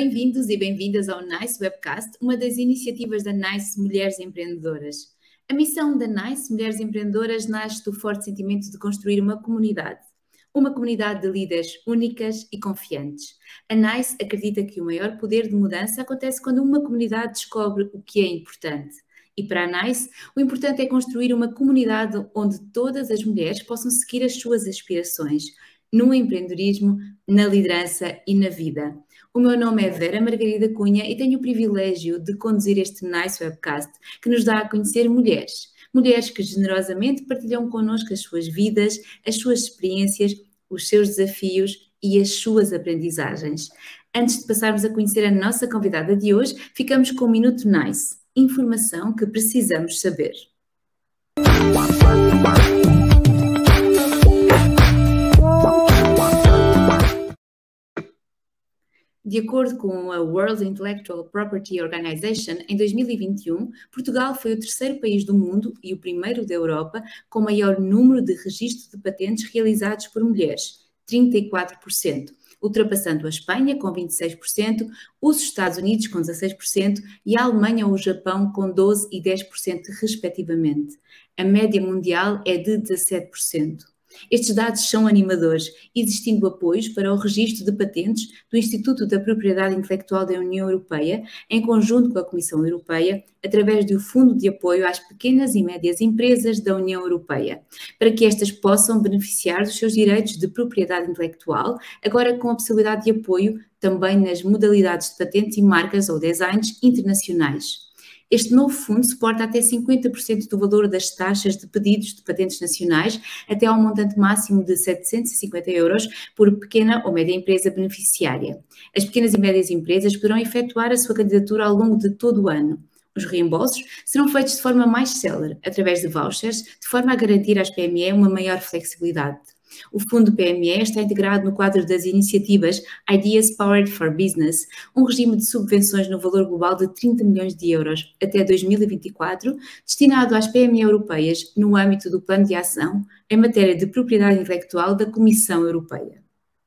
Bem-vindos e bem-vindas ao NICE Webcast, uma das iniciativas da NICE Mulheres Empreendedoras. A missão da NICE Mulheres Empreendedoras nasce do forte sentimento de construir uma comunidade de líderes únicas e confiantes. A NICE acredita que o maior poder de mudança acontece quando uma comunidade descobre o que é importante. E para a NICE, o importante é construir uma comunidade onde todas as mulheres possam seguir as suas aspirações, no empreendedorismo, na liderança e na vida. O meu nome é Vera Margarida Cunha e tenho o privilégio de conduzir este NICE Webcast, que nos dá a conhecer mulheres que generosamente partilham connosco as suas vidas, as suas experiências, os seus desafios e as suas aprendizagens. Antes de passarmos a conhecer a nossa convidada de hoje, ficamos com o Minuto NICE, informação que precisamos saber. De acordo com a World Intellectual Property Organization, em 2021, Portugal foi o terceiro país do mundo e o primeiro da Europa com maior número de registro de patentes realizados por mulheres, 34%, ultrapassando a Espanha com 26%, os Estados Unidos com 16% e a Alemanha ou o Japão com 12% e 10% respectivamente. A média mundial é de 17%. Estes dados são animadores, existindo apoios para o registro de patentes do Instituto da Propriedade Intelectual da União Europeia, em conjunto com a Comissão Europeia, através do Fundo de Apoio às Pequenas e Médias Empresas da União Europeia, para que estas possam beneficiar dos seus direitos de propriedade intelectual, agora com a possibilidade de apoio também nas modalidades de patentes e marcas ou designs internacionais. Este novo fundo suporta até 50% do valor das taxas de pedidos de patentes nacionais, até ao montante máximo de 750 euros por pequena ou média empresa beneficiária. As pequenas e médias empresas poderão efetuar a sua candidatura ao longo de todo o ano. Os reembolsos serão feitos de forma mais célere, através de vouchers, de forma a garantir às PME uma maior flexibilidade. O Fundo PME está integrado no quadro das iniciativas Ideas Powered for Business, um regime de subvenções no valor global de 30 milhões de euros até 2024, destinado às PME europeias no âmbito do Plano de Ação em matéria de propriedade intelectual da Comissão Europeia.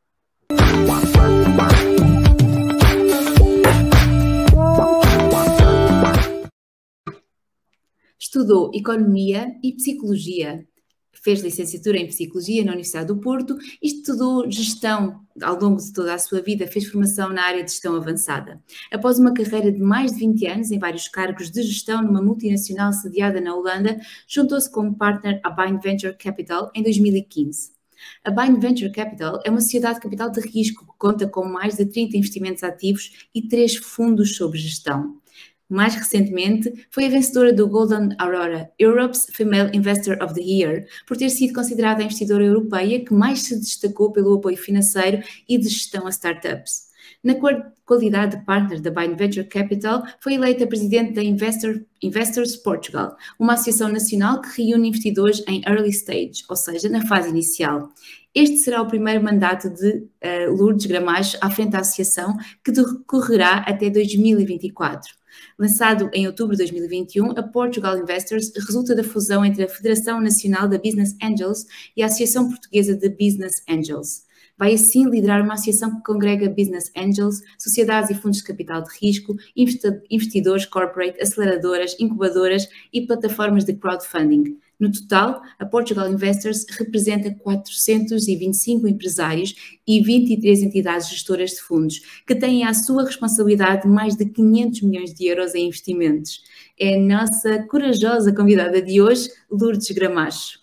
Estudou Economia e Psicologia. Fez licenciatura em Psicologia na Universidade do Porto e estudou Gestão ao longo de toda a sua vida, fez formação na área de Gestão Avançada. Após uma carreira de mais de 20 anos em vários cargos de gestão numa multinacional sediada na Holanda, juntou-se como partner à Bind Venture Capital em 2015. A Bind Venture Capital é uma sociedade de capital de risco que conta com mais de 30 investimentos ativos e 3 fundos sob gestão. Mais recentemente, foi a vencedora do Golden Aurora Europe's Female Investor of the Year, por ter sido considerada a investidora europeia que mais se destacou pelo apoio financeiro e de gestão a startups. Na qualidade de partner da Bind Venture Capital, foi eleita presidente da Investors Portugal, uma associação nacional que reúne investidores em early stage, ou seja, na fase inicial. Este será o primeiro mandato de Lourdes Gramacho à frente da associação, que decorrerá até 2024. Lançado em outubro de 2021, a Portugal Investors resulta da fusão entre a Federação Nacional da Business Angels e a Associação Portuguesa de Business Angels. Vai assim liderar uma associação que congrega Business Angels, sociedades e fundos de capital de risco, investidores corporate, aceleradoras, incubadoras e plataformas de crowdfunding. No total, a Portugal Investors representa 425 empresários e 23 entidades gestoras de fundos, que têm à sua responsabilidade mais de 500 milhões de euros em investimentos. É a nossa corajosa convidada de hoje, Lourdes Gramacho.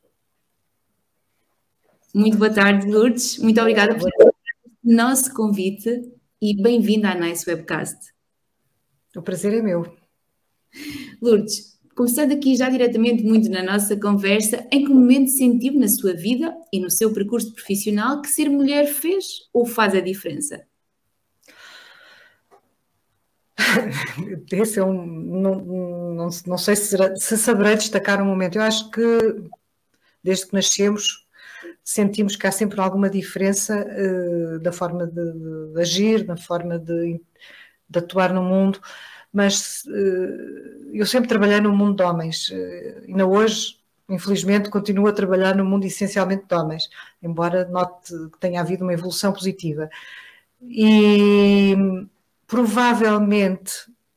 Muito boa tarde, Lourdes. Muito obrigada por o nosso convite e bem-vinda à NICE Webcast. O prazer é meu. Lourdes, começando aqui já diretamente muito na nossa conversa, em que momento sentiu na sua vida e no seu percurso profissional que ser mulher fez ou faz a diferença? Esse é não sei se saberei destacar um momento. Eu acho que desde que nascemos sentimos que há sempre alguma diferença da forma de agir, da forma de atuar no mundo, mas eu sempre trabalhei no mundo de homens, ainda hoje, infelizmente, continuo a trabalhar no mundo essencialmente de homens, embora note que tenha havido uma evolução positiva. E provavelmente,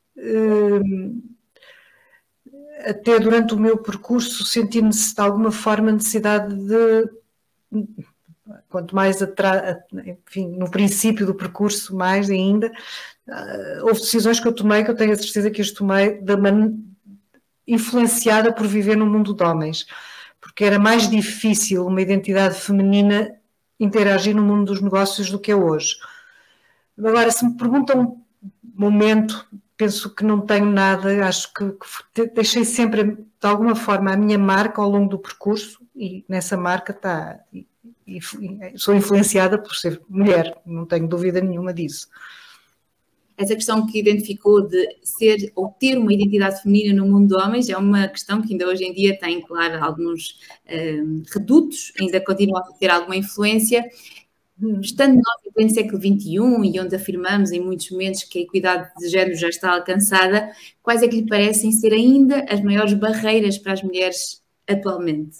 até durante o meu percurso, senti de alguma forma necessidade de, quanto mais atrás, enfim, no princípio do percurso, mais ainda, houve decisões que eu tomei, que eu tenho a certeza que as tomei influenciada por viver no mundo de homens, porque era mais difícil uma identidade feminina interagir no mundo dos negócios do que é hoje. Agora, se me perguntam um momento, penso que não tenho nada, acho que deixei sempre, de alguma forma, a minha marca ao longo do percurso, e nessa marca está, e sou influenciada por ser mulher, não tenho dúvida nenhuma disso. Essa questão que identificou de ser ou ter uma identidade feminina no mundo de homens é uma questão que ainda hoje em dia tem, claro, alguns redutos, ainda continua a ter alguma influência. Estando nós em pleno século XXI e onde afirmamos em muitos momentos que a equidade de género já está alcançada, quais é que lhe parecem ser ainda as maiores barreiras para as mulheres atualmente?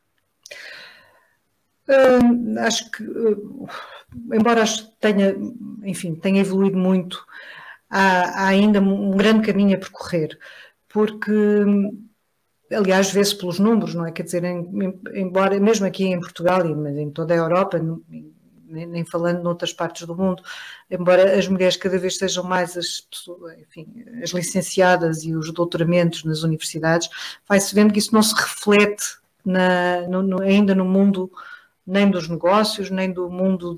Acho que, embora tenha evoluído muito, há ainda um grande caminho a percorrer, porque, aliás, vê-se pelos números, não é? Quer dizer, embora, mesmo aqui em Portugal e em toda a Europa, nem falando noutras partes do mundo, embora as mulheres cada vez sejam mais as licenciadas e os doutoramentos nas universidades, vai-se vendo que isso não se reflete ainda no mundo nem dos negócios, nem do mundo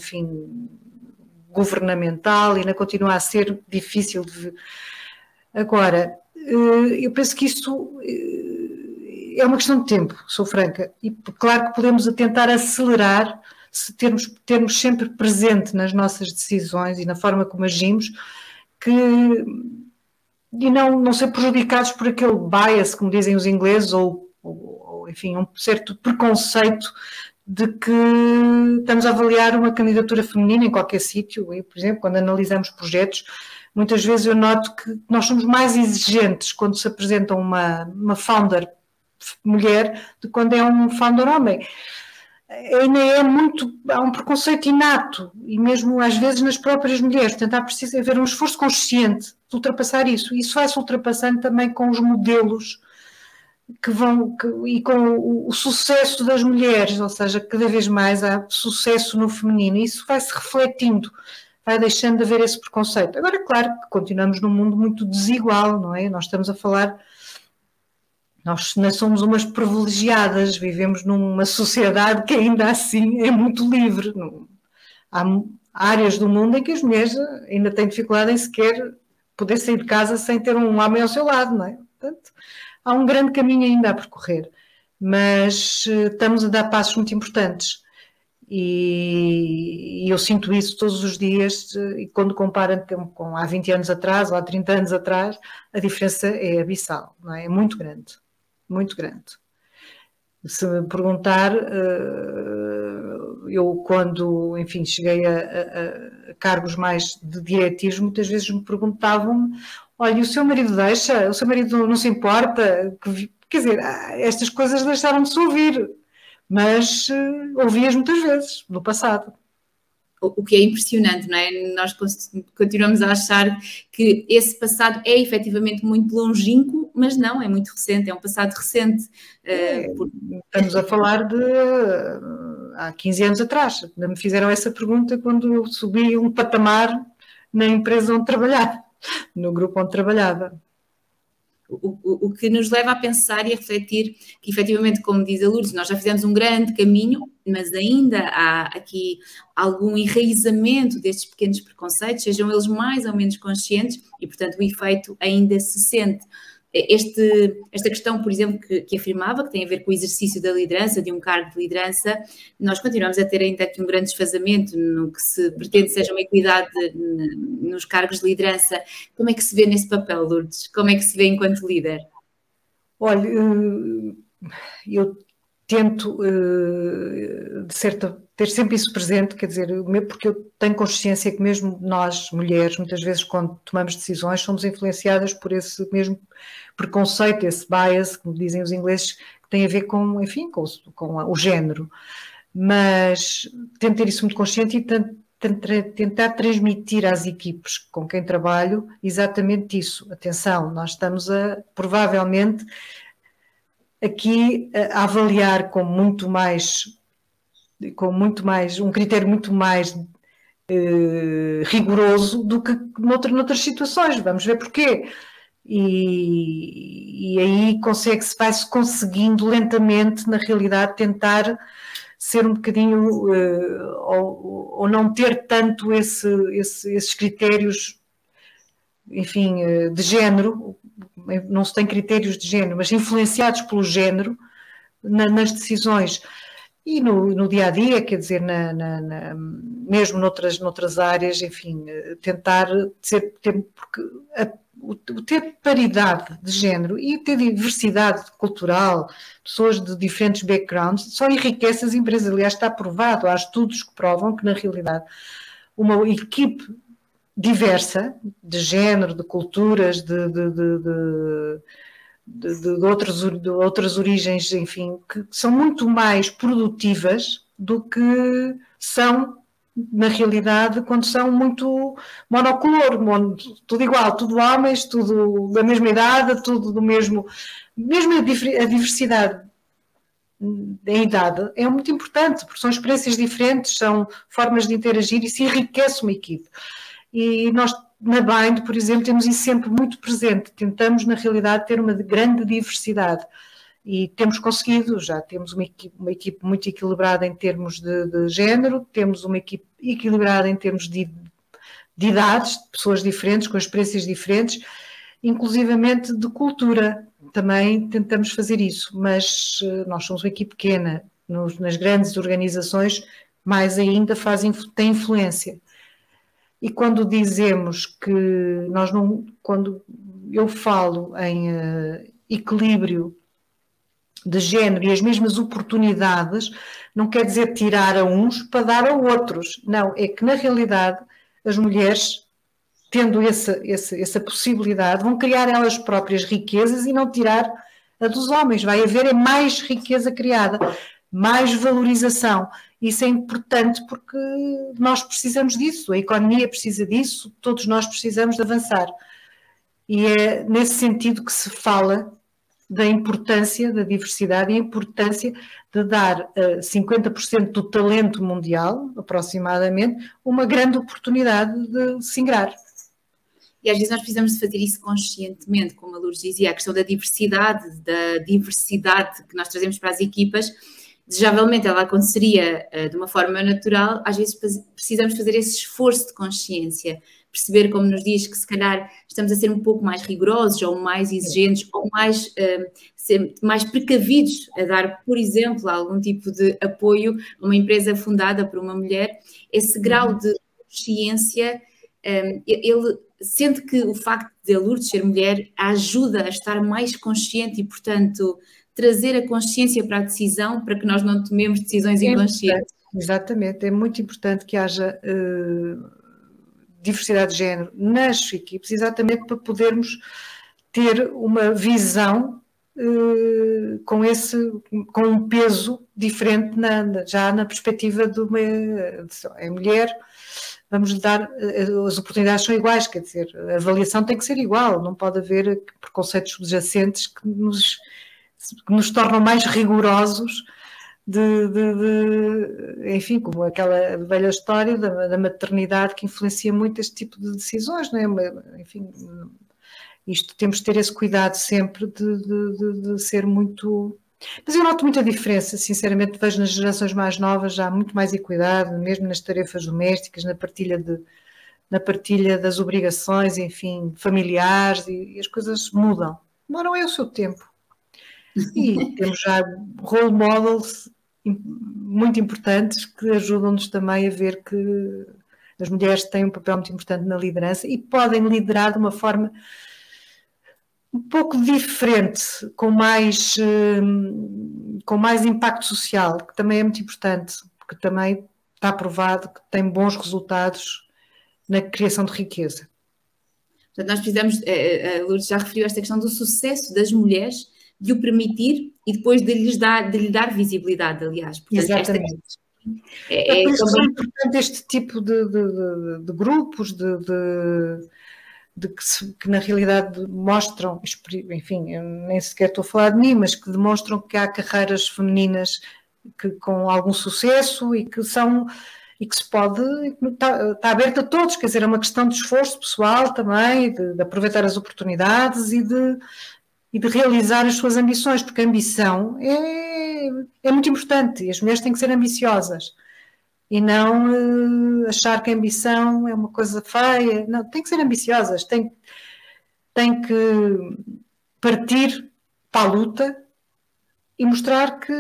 governamental, e ainda continua a ser difícil de ver. Agora, eu penso que isto é uma questão de tempo, sou franca, e claro que podemos tentar acelerar se termos sempre presente nas nossas decisões e na forma como agimos, e não ser prejudicados por aquele bias, como dizem os ingleses, ou enfim, um certo preconceito de que estamos a avaliar uma candidatura feminina em qualquer sítio. E, por exemplo, quando analisamos projetos, muitas vezes eu noto que nós somos mais exigentes quando se apresenta uma founder mulher do que quando é um founder homem. Ainda há um preconceito inato, e mesmo às vezes nas próprias mulheres. Portanto, precisa haver um esforço consciente de ultrapassar isso. E isso vai-se ultrapassando também com os modelos e com o sucesso das mulheres, ou seja, cada vez mais há sucesso no feminino, e isso vai-se refletindo, vai deixando de haver esse preconceito. Agora, claro que continuamos num mundo muito desigual, não é? Nós estamos a falar, nós não somos umas privilegiadas, vivemos numa sociedade que ainda assim é muito livre. Há áreas do mundo em que as mulheres ainda têm dificuldade em sequer poder sair de casa sem ter um homem ao seu lado, não é? Portanto, há um grande caminho ainda a percorrer, mas estamos a dar passos muito importantes, e eu sinto isso todos os dias, e quando comparo com há 20 anos atrás ou há 30 anos atrás, a diferença é abissal, não é? É muito grande, muito grande. Se me perguntar, eu quando, enfim, cheguei a cargos mais de diretivos, muitas vezes me perguntavam: olha, o seu marido deixa? O seu marido não se importa? Quer dizer, estas coisas deixaram de se ouvir, mas ouvi-as muitas vezes, no passado. O que é impressionante, não é? Nós continuamos a achar que esse passado é efetivamente muito longínquo, mas não, é muito recente, é um passado recente. Estamos a falar de há 15 anos atrás. Me fizeram essa pergunta quando eu subi um patamar na empresa onde trabalhava, no grupo onde trabalhava. O que nos leva a pensar e a refletir que, efetivamente, como diz a Lourdes, nós já fizemos um grande caminho, mas ainda há aqui algum enraizamento destes pequenos preconceitos, sejam eles mais ou menos conscientes, e, portanto, o efeito ainda se sente. Esta questão, por exemplo, que afirmava, que tem a ver com o exercício da liderança, de um cargo de liderança, nós continuamos a ter ainda aqui um grande desfazamento no que se pretende seja uma equidade nos cargos de liderança. Como é que se vê nesse papel, Lourdes? Como é que se vê enquanto líder? Olha, eu tento, ter sempre isso presente, quer dizer, porque eu tenho consciência que mesmo nós, mulheres, muitas vezes quando tomamos decisões, somos influenciadas por esse mesmo preconceito, esse bias, como dizem os ingleses, que tem a ver com o género. Mas tento ter isso muito consciente, e tentar transmitir às equipes com quem trabalho exatamente isso. Atenção, nós estamos provavelmente aqui a avaliar com muito mais, um critério muito mais rigoroso do que noutras situações. Vamos ver porquê. E aí vai-se conseguindo lentamente, na realidade, tentar ser um bocadinho, ou não ter tanto esses critérios, enfim, de género, não se tem critérios de género, mas influenciados pelo género nas decisões. E no dia-a-dia, quer dizer, mesmo noutras áreas, enfim, tentar ter paridade de género e ter diversidade cultural, pessoas de diferentes backgrounds, só enriquece as empresas. Aliás, está provado, há estudos que provam que, na realidade, uma equipe diversa, de género, de culturas, de outras origens, enfim, que são muito mais produtivas do que são, na realidade, quando são muito monocolor, tudo igual, tudo homens, tudo da mesma idade, tudo do mesmo a diversidade da idade é muito importante, porque são experiências diferentes, são formas de interagir e se enriquece uma equipe. E nós, na Bind, por exemplo, temos isso sempre muito presente, tentamos, na realidade, ter uma grande diversidade. E temos conseguido, já temos uma equipe muito equilibrada em termos de género, temos uma equipe equilibrada em termos de idades, de pessoas diferentes, com experiências diferentes, inclusivamente de cultura. Também tentamos fazer isso, mas nós somos uma equipe pequena, nas grandes organizações, mais ainda têm influência. E quando dizemos que quando eu falo em equilíbrio de género e as mesmas oportunidades, não quer dizer tirar a uns para dar a outros. Não, é que na realidade as mulheres, tendo essa possibilidade, vão criar elas próprias riquezas e não tirar a dos homens. Vai haver mais riqueza criada, mais valorização. Isso é importante porque nós precisamos disso, a economia precisa disso, todos nós precisamos de avançar. E é nesse sentido que se fala da importância da diversidade e a importância de dar a 50% do talento mundial, aproximadamente, uma grande oportunidade de se ingrar. E às vezes nós precisamos de fazer isso conscientemente, como a Lourdes dizia, a questão da diversidade que nós trazemos para as equipas. Desejavelmente ela aconteceria de uma forma natural, às vezes precisamos fazer esse esforço de consciência, perceber, como nos diz, que se calhar estamos a ser um pouco mais rigorosos ou mais exigentes ou mais precavidos a dar, por exemplo, algum tipo de apoio a uma empresa fundada por uma mulher. Esse grau de consciência, ele sente que o facto de a Lourdes ser mulher a ajuda a estar mais consciente e, portanto, trazer a consciência para a decisão, para que nós não tomemos decisões inconscientes. Exatamente, é muito importante que haja diversidade de género nas equipes, exatamente para podermos ter uma visão com um peso diferente já na perspectiva de uma mulher. Vamos dar, as oportunidades são iguais, quer dizer, a avaliação tem que ser igual, não pode haver preconceitos subjacentes que nos tornam mais rigorosos enfim, como aquela velha história da maternidade que influencia muito este tipo de decisões, não é? Enfim, temos de ter esse cuidado sempre de ser muito... Mas eu noto muita diferença, sinceramente, vejo nas gerações mais novas já muito mais equidade, mesmo nas tarefas domésticas, na partilha das obrigações, enfim, familiares, e as coisas mudam. Demoram o seu tempo. E temos já role models muito importantes que ajudam-nos também a ver que as mulheres têm um papel muito importante na liderança e podem liderar de uma forma um pouco diferente, com mais impacto social, que também é muito importante, porque também está provado que tem bons resultados na criação de riqueza. Portanto, nós precisamos, a Lourdes já referiu esta questão do sucesso das mulheres, de o permitir e depois de lhe dar visibilidade, aliás. Portanto, exatamente. É por isso que também... é importante este tipo de grupos, que na realidade mostram, enfim, eu nem sequer estou a falar de mim, mas que demonstram que há carreiras femininas com algum sucesso e que se pode, está aberto a todos, quer dizer, é uma questão de esforço pessoal também, de aproveitar as oportunidades e de realizar as suas ambições, porque a ambição é muito importante e as mulheres têm que ser ambiciosas e não achar que a ambição é uma coisa feia. Não, tem que ser ambiciosas, tem que partir para a luta e mostrar que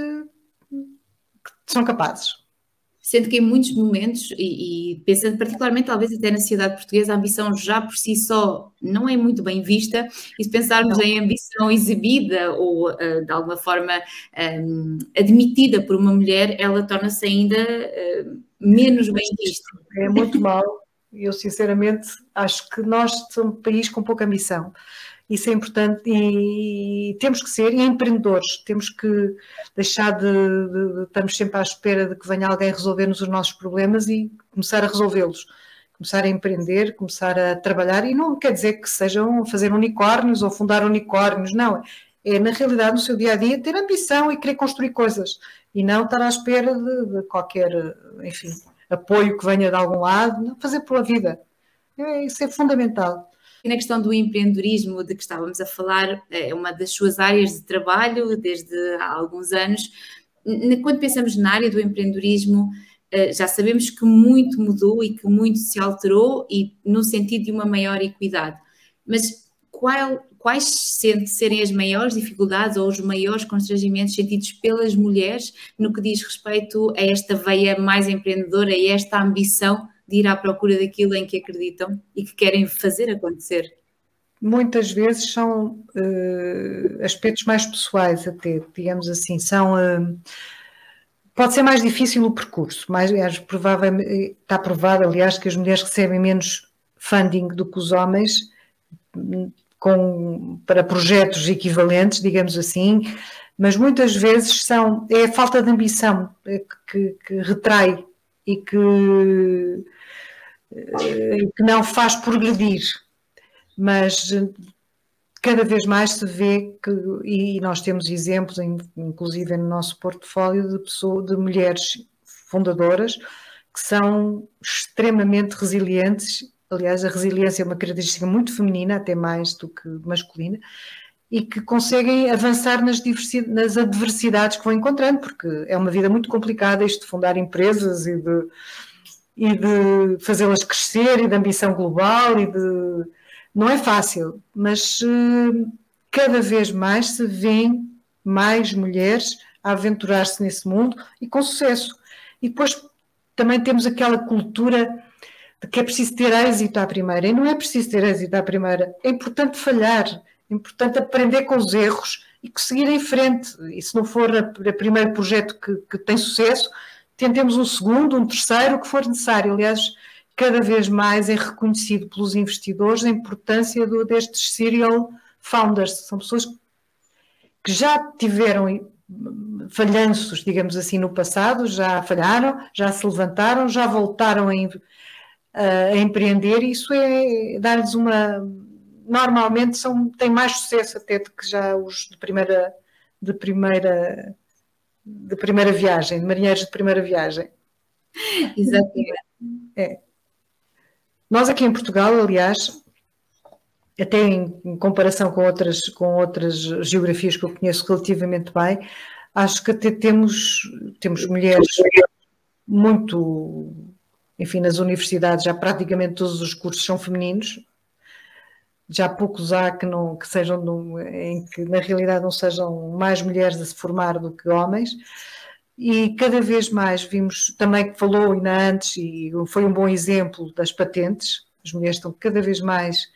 são capazes. Sendo que em muitos momentos, e pensando particularmente talvez até na sociedade portuguesa, a ambição já por si só não é muito bem vista, e se pensarmos em ambição exibida ou de alguma forma admitida por uma mulher, ela torna-se ainda menos bem vista. É muito mau, e eu sinceramente acho que nós somos um país com pouca ambição. Isso é importante e temos que ser empreendedores, temos que deixar de estarmos sempre à espera de que venha alguém resolver-nos os nossos problemas e começar a resolvê-los, começar a empreender, começar a trabalhar, e não quer dizer que sejam fazer unicórnios ou fundar unicórnios, não, é na realidade no seu dia-a-dia ter ambição e querer construir coisas e não estar à espera de qualquer, enfim, apoio que venha de algum lado, não fazer pela vida, isso é fundamental. E na questão do empreendedorismo de que estávamos a falar, é uma das suas áreas de trabalho desde há alguns anos. Quando pensamos na área do empreendedorismo, já sabemos que muito mudou e que muito se alterou e no sentido de uma maior equidade. Mas quais serem as maiores dificuldades ou os maiores constrangimentos sentidos pelas mulheres no que diz respeito a esta veia mais empreendedora e esta ambição de ir à procura daquilo em que acreditam e que querem fazer acontecer? Muitas vezes são aspectos mais pessoais até, digamos assim, pode ser mais difícil o percurso, está provado, aliás, que as mulheres recebem menos funding do que os homens para projetos equivalentes, digamos assim, mas muitas vezes é a falta de ambição que retrai e que não faz progredir, mas cada vez mais se vê e nós temos exemplos, inclusive no nosso portfólio, de mulheres fundadoras que são extremamente resilientes. Aliás, a resiliência é uma característica muito feminina, até mais do que masculina, e que conseguem avançar nas adversidades que vão encontrando, porque é uma vida muito complicada isto de fundar empresas e de fazê-las crescer e de ambição global não é fácil, mas cada vez mais se vêem mais mulheres a aventurar-se nesse mundo e com sucesso. E depois também temos aquela cultura de que é preciso ter êxito à primeira, e não é preciso ter êxito à primeira, é importante falhar, é importante aprender com os erros e seguir em frente, e se não for o primeiro projeto que tem sucesso, tentemos um segundo, um terceiro, o que for necessário. Aliás, cada vez mais é reconhecido pelos investidores a importância destes serial founders. São pessoas que já tiveram falhanços, digamos assim, no passado, já falharam, já se levantaram, já voltaram a empreender, e isso dar-lhes normalmente têm mais sucesso até do que já os de primeira viagem, de marinheiros de primeira viagem. Exatamente. Nós aqui em Portugal, aliás, até em comparação com outras geografias que eu conheço relativamente bem, acho que até temos mulheres muito, enfim, nas universidades já praticamente todos os cursos são femininos, já poucos há que sejam em que na realidade não sejam mais mulheres a se formar do que homens. E cada vez mais vimos, também que falou ainda antes, e foi um bom exemplo das patentes, as mulheres estão cada vez mais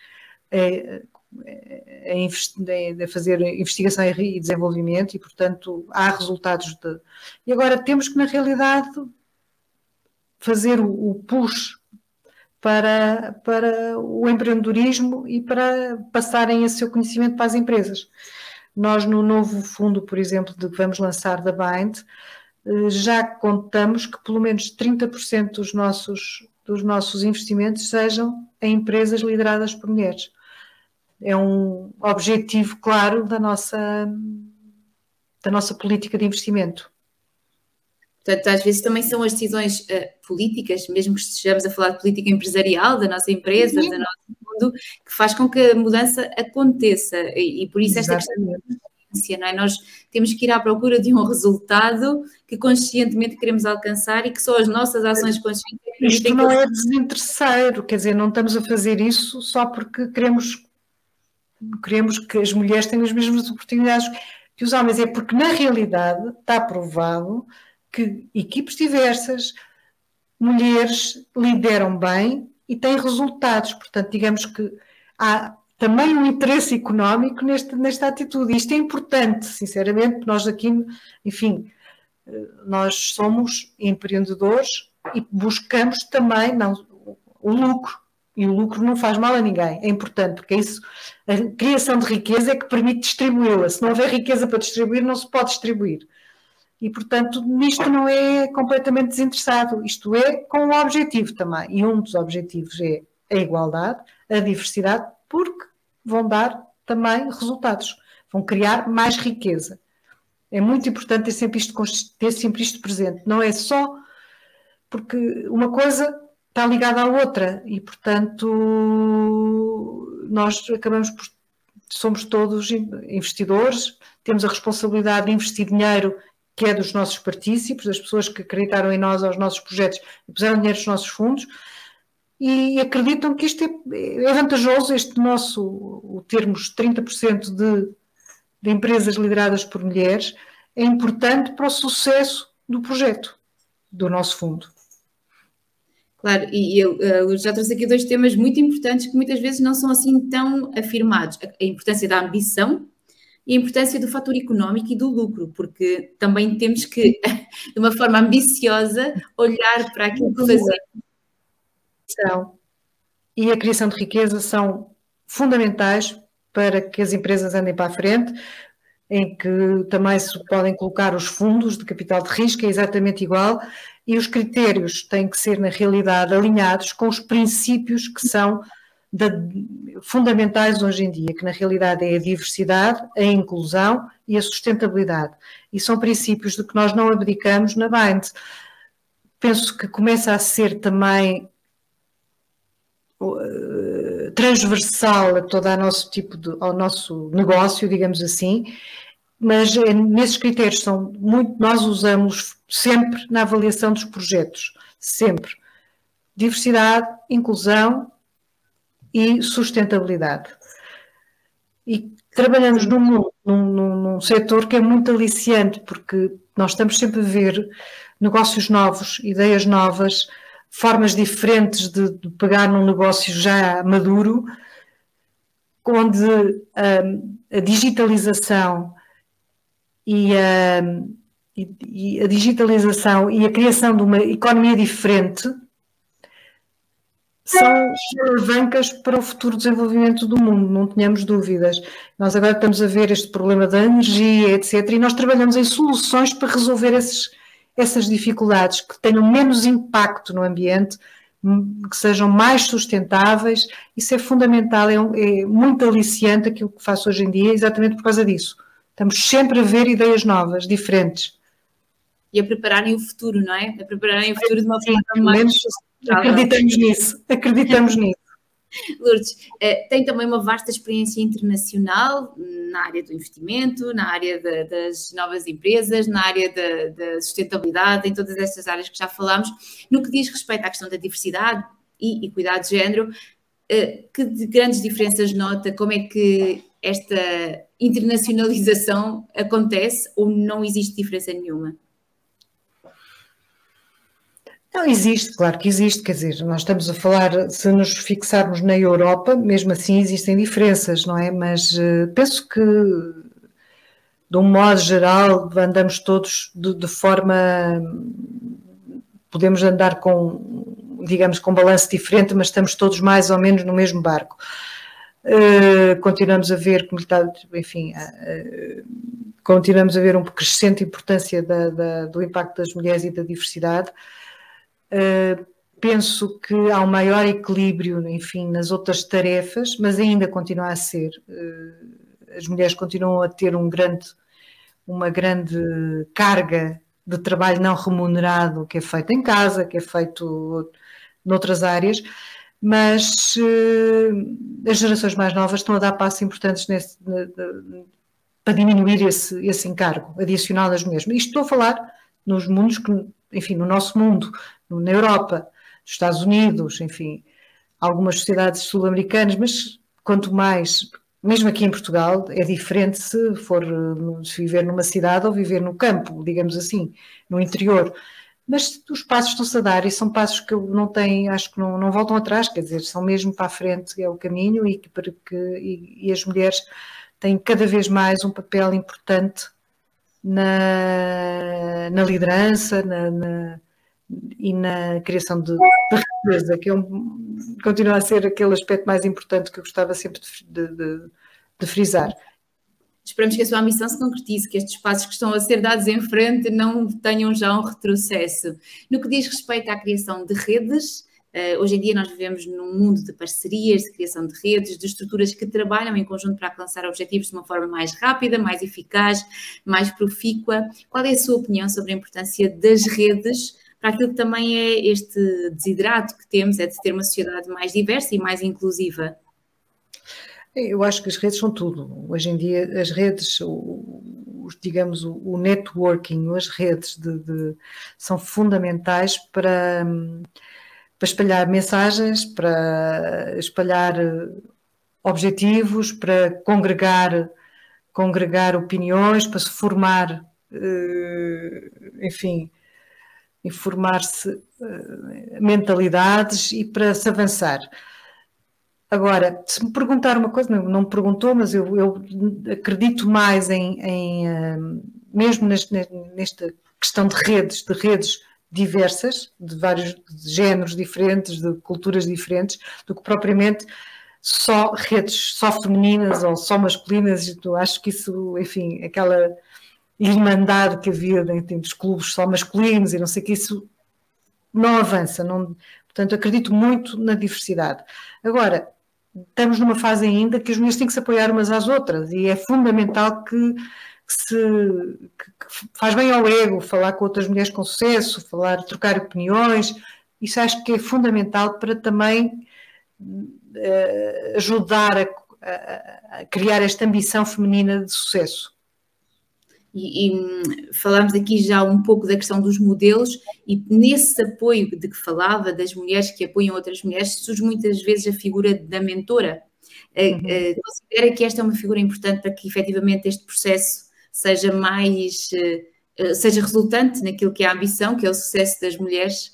a fazer investigação e desenvolvimento, e portanto há resultados E agora temos que na realidade fazer o push para o empreendedorismo e para passarem esse seu conhecimento para as empresas. Nós no novo fundo, por exemplo, que vamos lançar da Bind, já contamos que pelo menos 30% dos nossos investimentos sejam em empresas lideradas por mulheres. É um objetivo claro da nossa política de investimento. Portanto, às vezes também são as decisões políticas, mesmo que estejamos a falar de política empresarial, da nossa empresa, do nosso mundo, que faz com que a mudança aconteça. E por isso esta questão de consciência, não é? Nós temos que ir à procura de um resultado que conscientemente queremos alcançar e que só as nossas ações conscientes... Isto não é desinteresseiro, quer dizer, não estamos a fazer isso só porque queremos que as mulheres tenham as mesmas oportunidades que os homens, é porque na realidade está provado que equipes diversas, mulheres lideram bem e têm resultados. Portanto, digamos que há também um interesse económico nesta atitude. Isto é importante, sinceramente, nós aqui, enfim, nós somos empreendedores e buscamos também o lucro. E o lucro não faz mal a ninguém, é importante, porque é isso, a criação de riqueza é que permite distribuí-la. Se não houver riqueza para distribuir, não se pode distribuir. E, portanto, nisto não é completamente desinteressado. Isto é com um objetivo também. E um dos objetivos é a igualdade, a diversidade, porque vão dar também resultados. Vão criar mais riqueza. É muito importante ter sempre isto presente. Não é só porque uma coisa está ligada à outra. E, portanto, nós somos todos investidores, temos a responsabilidade de investir dinheiro que é dos nossos partícipes, das pessoas que acreditaram em nós, aos nossos projetos e puseram dinheiro nos nossos fundos e acreditam que isto é vantajoso, o termos 30% de empresas lideradas por mulheres é importante para o sucesso do projeto, do nosso fundo. Claro, e eu já trouxe aqui 2 temas muito importantes que muitas vezes não são assim tão afirmados. A importância da ambição e a importância do fator económico e do lucro, porque também temos que, de uma forma ambiciosa, olhar para aquilo que fazemos. E a criação de riqueza são fundamentais para que as empresas andem para a frente, em que também se podem colocar os fundos de capital de risco, é exatamente igual, e os critérios têm que ser, na realidade, alinhados com os princípios que são fundamentais hoje em dia, que na realidade é a diversidade, a inclusão e a sustentabilidade. E são princípios de que nós não abdicamos na Bind. Penso que começa a ser também transversal a todo ao nosso negócio, digamos assim, mas nesses critérios nós usamos sempre na avaliação dos projetos, sempre. Diversidade, inclusão e sustentabilidade. E trabalhamos num setor que é muito aliciante, porque nós estamos sempre a ver negócios novos, ideias novas, formas diferentes de pegar num negócio já maduro, onde a digitalização e a digitalização e a criação de uma economia diferente são alavancas para o futuro desenvolvimento do mundo, não tenhamos dúvidas. Nós agora estamos a ver este problema da energia, etc., e nós trabalhamos em soluções para resolver essas dificuldades, que tenham menos impacto no ambiente, que sejam mais sustentáveis. Isso é fundamental, é muito aliciante aquilo que faço hoje em dia, exatamente por causa disso. Estamos sempre a ver ideias novas, diferentes. E a prepararem o futuro, não é? A prepararem o futuro de uma forma mais sustentável. Acreditamos nisso. Lourdes, tem também uma vasta experiência internacional na área do investimento, na área das novas empresas, na área da sustentabilidade, em todas estas áreas que já falámos. No que diz respeito à questão da diversidade e equidade de género, que grandes diferenças nota? Como é que esta internacionalização acontece ou não existe diferença nenhuma? Não existe, claro que existe, quer dizer, nós estamos a falar, se nos fixarmos na Europa, mesmo assim existem diferenças, não é? Mas penso que, de um modo geral, andamos todos de forma... Podemos andar digamos, com balanço diferente, mas estamos todos mais ou menos no mesmo barco. Continuamos a ver, como está, enfim, continuamos a ver uma crescente importância do impacto das mulheres e da diversidade. Penso que há um maior equilíbrio, enfim, nas outras tarefas, mas ainda continua a ser. As mulheres continuam a ter uma grande carga de trabalho não remunerado que é feito em casa, que é feito noutras áreas, mas as gerações mais novas estão a dar passos importantes para diminuir esse encargo adicional das mulheres. Isto estou a falar nos mundos que, enfim, no nosso mundo, na Europa, nos Estados Unidos, enfim, algumas sociedades sul-americanas, mas quanto mais, mesmo aqui em Portugal, é diferente se viver numa cidade ou viver no campo, digamos assim, no interior. Mas os passos estão-se a dar e são passos que acho que não voltam atrás, quer dizer, são mesmo para a frente, é o caminho e as mulheres têm cada vez mais um papel importante na liderança e na criação de riqueza, que continua a ser aquele aspecto mais importante que eu gostava sempre de frisar. Esperamos que a sua ambição se concretize, que estes passos que estão a ser dados em frente não tenham já um retrocesso. No que diz respeito à criação de redes, hoje em dia nós vivemos num mundo de parcerias, de criação de redes, de estruturas que trabalham em conjunto para alcançar objetivos de uma forma mais rápida, mais eficaz, mais profícua. Qual é a sua opinião sobre a importância das redes para aquilo que também é este desidrato que temos, é de ter uma sociedade mais diversa e mais inclusiva? Eu acho que as redes são tudo. Hoje em dia as redes, digamos, o networking, as redes são fundamentais para espalhar mensagens, para espalhar objetivos, para congregar opiniões, para se formar, enfim, informar-se mentalidades e para se avançar. Agora, se me perguntar uma coisa, não me perguntou, mas eu acredito mais mesmo nesta questão de redes diversas, de vários géneros diferentes, de culturas diferentes, do que propriamente só redes só femininas ou só masculinas. Eu acho que isso, enfim, aquela irmandade que havia entre os clubes só masculinos e não sei o que, isso não avança. Portanto, acredito muito na diversidade. Agora, estamos numa fase ainda que as mulheres têm que se apoiar umas às outras e é fundamental que faz bem ao ego falar com outras mulheres com sucesso, trocar opiniões. Isso acho que é fundamental para também ajudar a criar esta ambição feminina de sucesso. E falámos aqui já um pouco da questão dos modelos e nesse apoio de que falava, das mulheres que apoiam outras mulheres, surge muitas vezes a figura da mentora. Considera que esta é uma figura importante para que efetivamente este processo seja resultante naquilo que é a ambição, que é o sucesso das mulheres?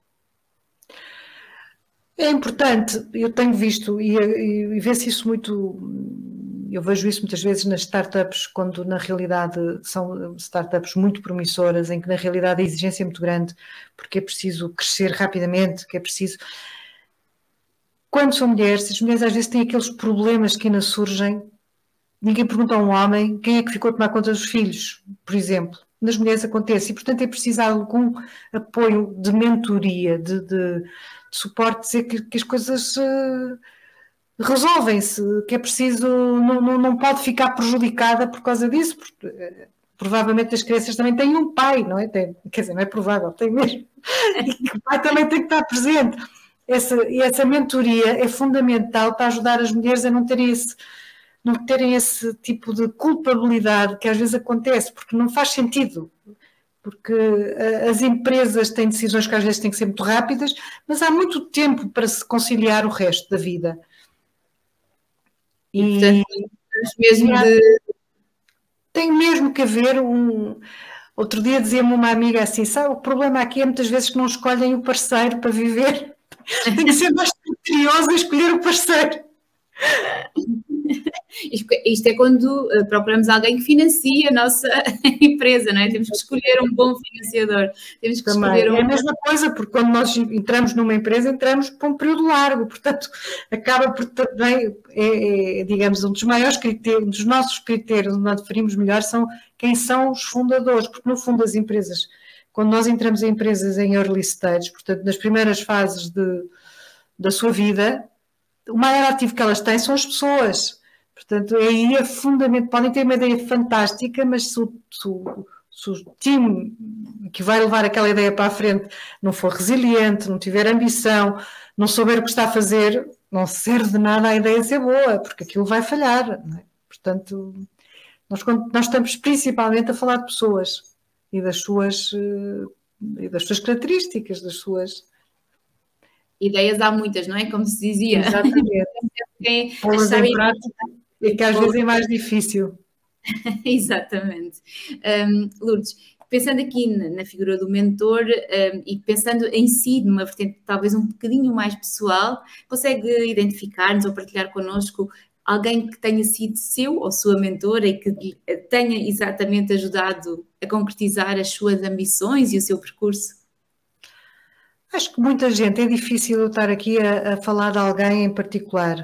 É importante, eu tenho visto e vê-se isso muito. Eu vejo isso muitas vezes nas startups, quando na realidade são startups muito promissoras, em que na realidade a exigência é muito grande, porque é preciso crescer rapidamente, que é preciso... Quando são mulheres, as mulheres às vezes têm aqueles problemas que ainda surgem, ninguém pergunta a um homem quem é que ficou a tomar conta dos filhos, por exemplo. Nas mulheres acontece e, portanto, é preciso algum apoio de mentoria, de suporte, dizer que as coisas... resolvem-se, que é preciso, não pode ficar prejudicada por causa disso, porque provavelmente as crianças também têm um pai, não é? Quer dizer, não é provável, tem mesmo, e que o pai também tem que estar presente. Essa mentoria é fundamental para ajudar as mulheres a não terem esse tipo de culpabilidade que às vezes acontece, porque não faz sentido. Porque as empresas têm decisões que às vezes têm que ser muito rápidas, mas há muito tempo para se conciliar o resto da vida. E tem mesmo que haver Outro dia dizia-me uma amiga assim, sabe, o problema aqui é muitas vezes que não escolhem o parceiro para viver. Tem que ser mais criterioso a escolher o parceiro. Isto é quando procuramos alguém que financia a nossa empresa, não é? Temos que escolher um bom financiador. Temos que escolher É a mesma coisa, porque quando nós entramos numa empresa, entramos por um período largo, portanto, acaba por também, digamos, um dos maiores critérios, um dos nossos critérios, onde nós definimos melhor, são quem são os fundadores, porque no fundo as empresas, quando nós entramos em empresas em early stage, portanto, nas primeiras fases da sua vida, o maior ativo que elas têm são as pessoas. Portanto, aí é fundamental. Podem ter uma ideia fantástica, mas se o time que vai levar aquela ideia para a frente não for resiliente, não tiver ambição, não souber o que está a fazer, não serve de nada a ideia ser boa, porque aquilo vai falhar. Não é? Portanto, nós estamos principalmente a falar de pessoas e das suas características, das suas... Ideias há muitas, não é? Como se dizia. Exatamente. Pô-las em prática é que às vezes é mais difícil. Exatamente. Lourdes, pensando aqui na figura do mentor e pensando em si, numa vertente talvez um bocadinho mais pessoal, consegue identificar-nos ou partilhar connosco alguém que tenha sido seu ou sua mentora e que tenha exatamente ajudado a concretizar as suas ambições e o seu percurso? Acho que muita gente, é difícil eu estar aqui a falar de alguém em particular.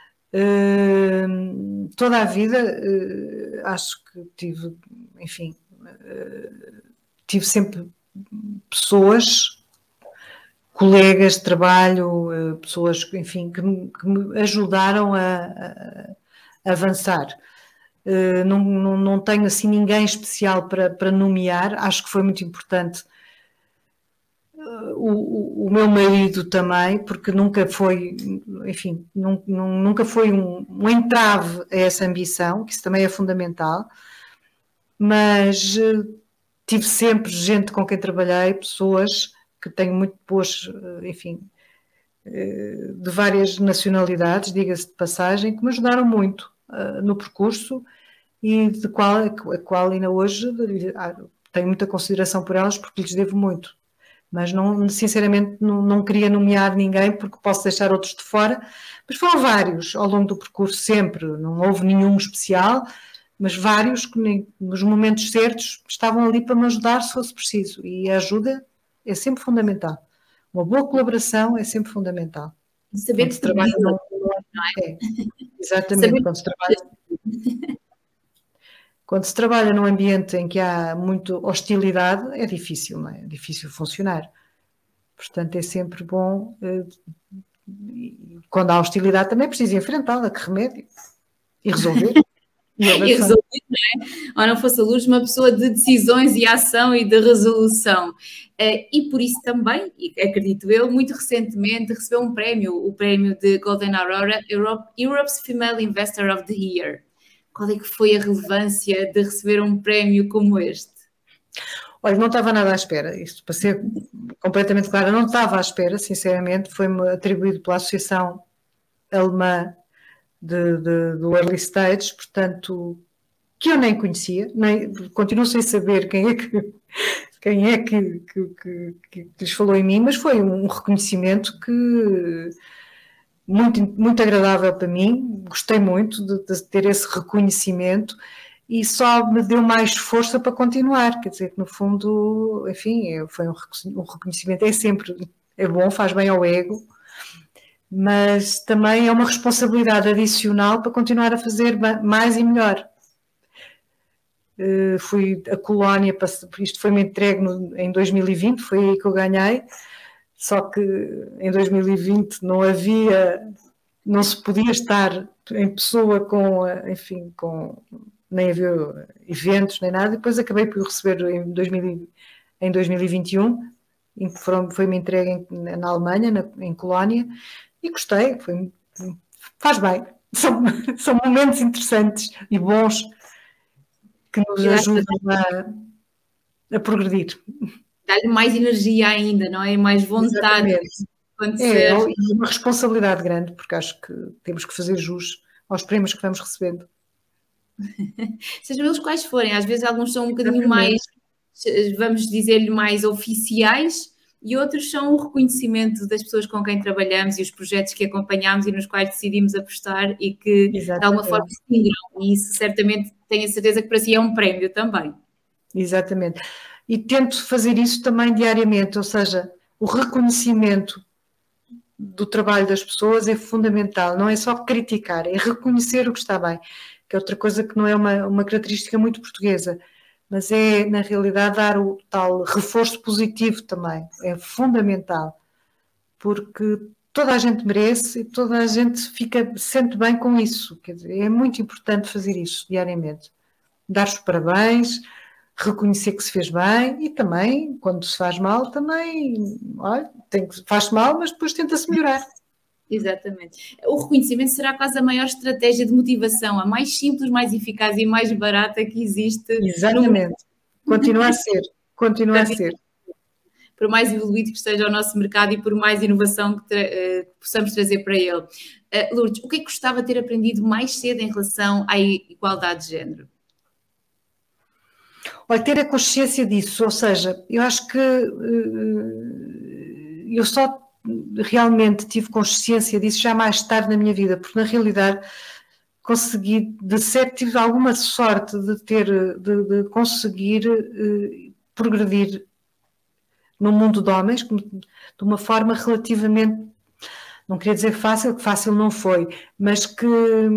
Toda a vida acho que tive, enfim, tive sempre pessoas, colegas de trabalho, pessoas, enfim, que me ajudaram a avançar. Não tenho assim ninguém especial para nomear, acho que foi muito importante o meu marido também, porque nunca foi, enfim, nunca foi um entrave a essa ambição, que isso também é fundamental, mas tive sempre gente com quem trabalhei, pessoas que tenho muito boas, enfim, de várias nacionalidades, diga-se de passagem, que me ajudaram muito no percurso e a qual ainda hoje tenho muita consideração por elas porque lhes devo muito. Mas sinceramente não queria nomear ninguém porque posso deixar outros de fora, mas foram vários ao longo do percurso sempre, não houve nenhum especial, mas vários que nos momentos certos estavam ali para me ajudar se fosse preciso, e a ajuda é sempre fundamental, uma boa colaboração é sempre fundamental. E saber que trabalha não é? Exatamente, quando se trabalha num ambiente em que há muita hostilidade, é difícil, não é? É difícil funcionar. Portanto, é sempre bom, quando há hostilidade, também é preciso enfrentá-la, que remédio, e resolver. E resolver, não é? Ou não fosse a Luz, uma pessoa de decisões e ação e de resolução. E por isso também, acredito eu, muito recentemente recebeu um prémio, o prémio de Golden Aurora Europe's Female Investor of the Year. Qual é que foi a relevância de receber um prémio como este? Olha, não estava nada à espera, isto para ser completamente clara, não estava à espera, sinceramente, foi-me atribuído pela Associação Alemã do Early Stage, portanto, que eu nem conhecia, continuo sem saber quem é que lhes falou em mim, mas foi um reconhecimento que muito agradável para mim, gostei muito de ter esse reconhecimento e só me deu mais força para continuar, quer dizer que no fundo, enfim, foi um reconhecimento, é bom, faz bem ao ego, mas também é uma responsabilidade adicional para continuar a fazer mais e melhor. Fui a Colónia, isto foi-me entregue em 2020, foi aí que eu ganhei, só que em 2020 não se podia estar em pessoa nem havia eventos nem nada, e depois acabei por receber em 2021, foi-me entregue na Alemanha, em Colónia, e gostei, faz bem, são momentos interessantes e bons que nos ajudam a progredir. Dá-lhe mais energia ainda, não é? Mais vontade. É uma responsabilidade grande, porque acho que temos que fazer jus aos prémios que vamos recebendo. Sejam eles quais forem, às vezes alguns são um bocadinho mais, vamos dizer-lhe, mais oficiais, e outros são o reconhecimento das pessoas com quem trabalhamos e os projetos que acompanhamos e nos quais decidimos apostar e que de alguma forma se ingram, e isso certamente tenho a certeza que para si é um prémio também. Exatamente. E tento fazer isso também diariamente, ou seja, o reconhecimento do trabalho das pessoas é fundamental, não é só criticar, é reconhecer o que está bem, que é outra coisa que não é uma característica muito portuguesa, mas é, na realidade, dar o tal reforço positivo também, é fundamental, porque toda a gente merece e toda a gente sente bem com isso, quer dizer, é muito importante fazer isso diariamente, dar os parabéns, reconhecer que se fez bem e também, quando se faz mal, também, olha, faz-se mal, mas depois tenta-se melhorar. Exatamente. O reconhecimento será quase a maior estratégia de motivação, a mais simples, mais eficaz e mais barata que existe. Exatamente. Continua a ser. Continua a ser. Por mais evoluído que esteja o nosso mercado e por mais inovação que possamos trazer para ele. Lourdes, o que é que gostava de ter aprendido mais cedo em relação à igualdade de género? Olha, ter a consciência disso, ou seja, eu acho que eu só realmente tive consciência disso já mais tarde na minha vida, porque na realidade consegui, de certo, tive alguma sorte de conseguir progredir no mundo de homens de uma forma relativamente, não queria dizer fácil, que fácil não foi, mas que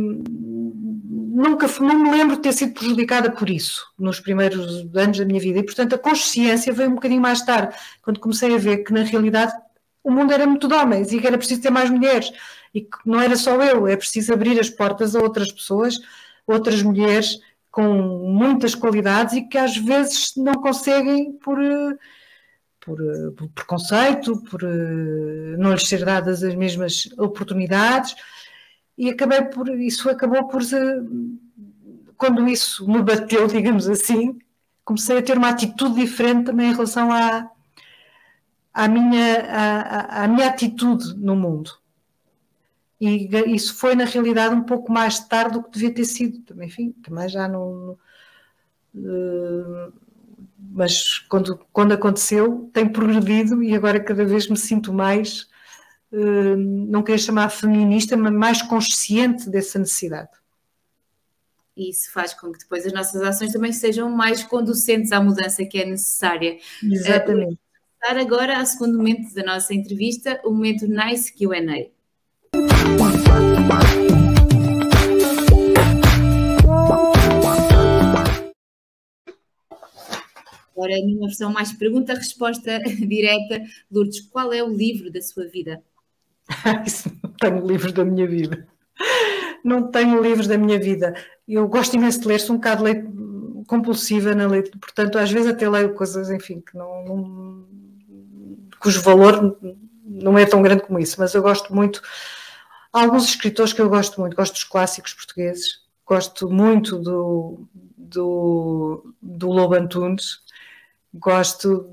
não me lembro de ter sido prejudicada por isso nos primeiros anos da minha vida e, portanto, a consciência veio um bocadinho mais tarde, quando comecei a ver que, na realidade, o mundo era muito de homens e que era preciso ter mais mulheres e que não era só eu, é preciso abrir as portas a outras pessoas, outras mulheres com muitas qualidades e que às vezes não conseguem por preconceito, por não lhes ser dadas as mesmas oportunidades, e isso acabou por, quando isso me bateu, digamos assim, comecei a ter uma atitude diferente também em relação à minha atitude no mundo. E isso foi, na realidade, um pouco mais tarde do que devia ter sido. Enfim, também já não... mas quando aconteceu, tem progredido e agora cada vez me sinto mais, não queria chamar feminista, mas mais consciente dessa necessidade. E isso faz com que depois as nossas ações também sejam mais conducentes à mudança que é necessária. Exatamente. Vou passar agora ao segundo momento da nossa entrevista, o momento Nice Q&A. Agora, numa versão mais pergunta-resposta direta, Lourdes, qual é o livro da sua vida? Não tenho livros da minha vida. Não tenho livros da minha vida. Eu gosto imenso de ler, sou um bocado compulsiva na leitura, portanto, às vezes até leio coisas, enfim, que cujo valor não é tão grande como isso, mas eu gosto muito. Há alguns escritores que eu gosto muito, gosto dos clássicos portugueses, gosto muito do Lobo Antunes, gosto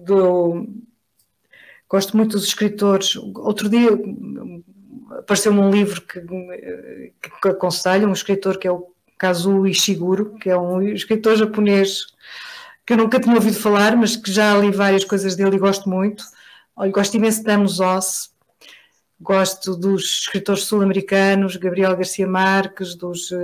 muito dos escritores. Outro dia apareceu-me um livro que aconselho, um escritor que é o Kazuo Ishiguro, que é um escritor japonês que eu nunca tinha ouvido falar, mas que já li várias coisas dele e gosto muito. Olha, gosto imenso de Amos Oz, gosto dos escritores sul-americanos, Gabriel Garcia Marques,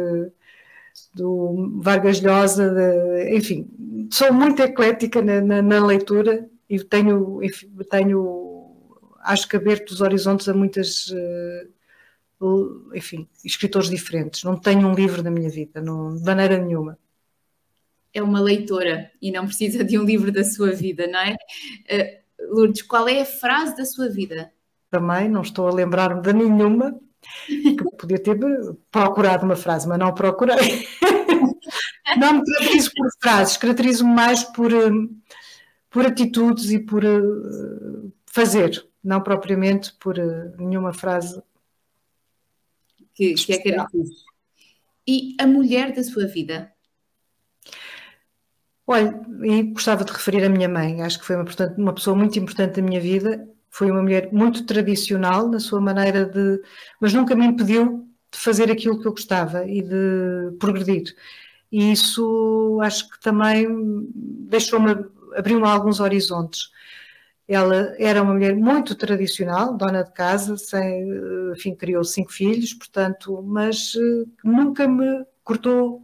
do Vargas Llosa, enfim, sou muito eclética na leitura e tenho, acho que aberto os horizontes a muitas, enfim, escritores diferentes. Não tenho um livro da minha vida, de maneira nenhuma. É uma leitora e não precisa de um livro da sua vida, não é? Lourdes, qual é a frase da sua vida? Também não estou a lembrar-me de nenhuma, que podia ter procurado uma frase, mas não procurei. Não me caracterizo por frases, caracterizo-me mais por atitudes e por fazer, não propriamente por nenhuma frase que é característica. E a mulher da sua vida? Olha, e gostava de referir a minha mãe, acho que foi uma pessoa muito importante da minha vida, foi uma mulher muito tradicional na sua maneira mas nunca me impediu de fazer aquilo que eu gostava e de progredir. E isso acho que também abriu-me alguns horizontes. Ela era uma mulher muito tradicional, dona de casa, enfim, criou 5 filhos, portanto, mas nunca me cortou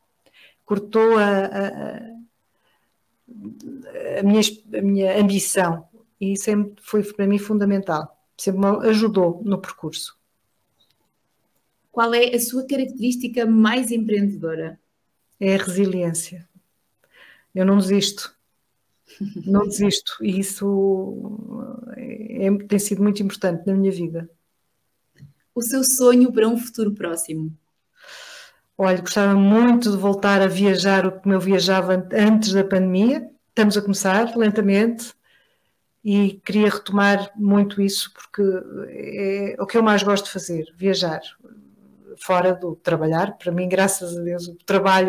a minha ambição, e sempre foi para mim fundamental, sempre me ajudou no percurso. Qual é a sua característica mais empreendedora? É a resiliência. Eu não desisto. Não desisto. E isso tem sido muito importante na minha vida. O seu sonho para um futuro próximo? Olha, gostava muito de voltar a viajar como eu viajava antes da pandemia. Estamos a começar lentamente e queria retomar muito isso, porque é o que eu mais gosto de fazer, viajar. Fora do trabalhar, para mim, graças a Deus, o trabalho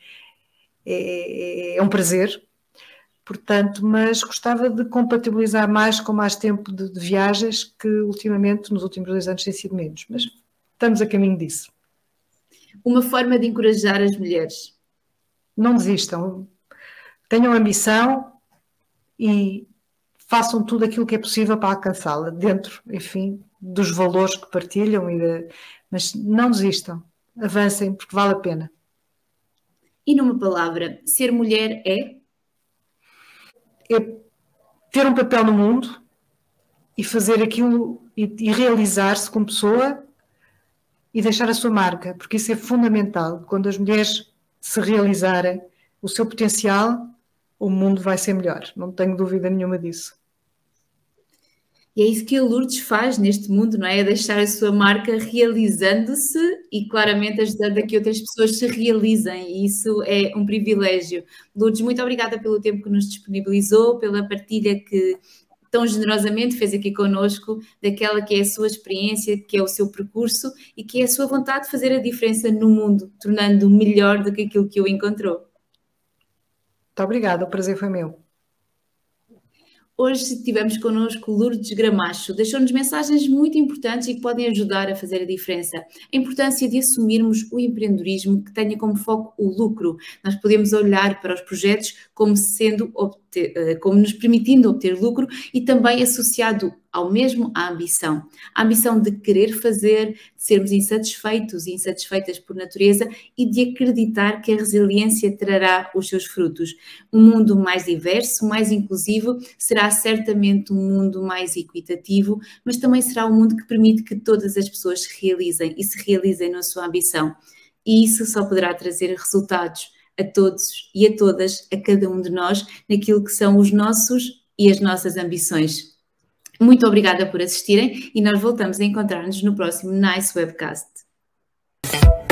é um prazer, portanto, mas gostava de compatibilizar mais com mais tempo de viagens, que ultimamente, nos últimos 2 anos, tem sido menos, mas estamos a caminho disso. Uma forma de encorajar as mulheres? Não desistam, tenham ambição e façam tudo aquilo que é possível para alcançá-la, dentro, enfim, dos valores que partilham, mas não desistam, avancem, porque vale a pena. E numa palavra, ser mulher é? É ter um papel no mundo e fazer aquilo e realizar-se como pessoa e deixar a sua marca, porque isso é fundamental. Quando as mulheres se realizarem o seu potencial, o mundo vai ser melhor, não tenho dúvida nenhuma disso. E é isso que a Lourdes faz neste mundo, não é? É deixar a sua marca realizando-se e claramente ajudando a que outras pessoas se realizem. E isso é um privilégio. Lourdes, muito obrigada pelo tempo que nos disponibilizou, pela partilha que tão generosamente fez aqui connosco, daquela que é a sua experiência, que é o seu percurso e que é a sua vontade de fazer a diferença no mundo, tornando-o melhor do que aquilo que o encontrou. Muito obrigada, o prazer foi meu. Hoje tivemos connosco Lourdes Gramacho, deixou-nos mensagens muito importantes e que podem ajudar a fazer a diferença. A importância de assumirmos o empreendedorismo que tenha como foco o lucro. Nós podemos olhar para os projetos como nos permitindo obter lucro e também associado ao mesmo a ambição. A ambição de querer fazer, de sermos insatisfeitos e insatisfeitas por natureza e de acreditar que a resiliência trará os seus frutos. Um mundo mais diverso, mais inclusivo, será certamente um mundo mais equitativo, mas também será um mundo que permite que todas as pessoas se realizem e se realizem na sua ambição. E isso só poderá trazer resultados a todos e a todas, a cada um de nós, naquilo que são os nossos e as nossas ambições. Muito obrigada por assistirem e nós voltamos a encontrar-nos no próximo Nice Webcast.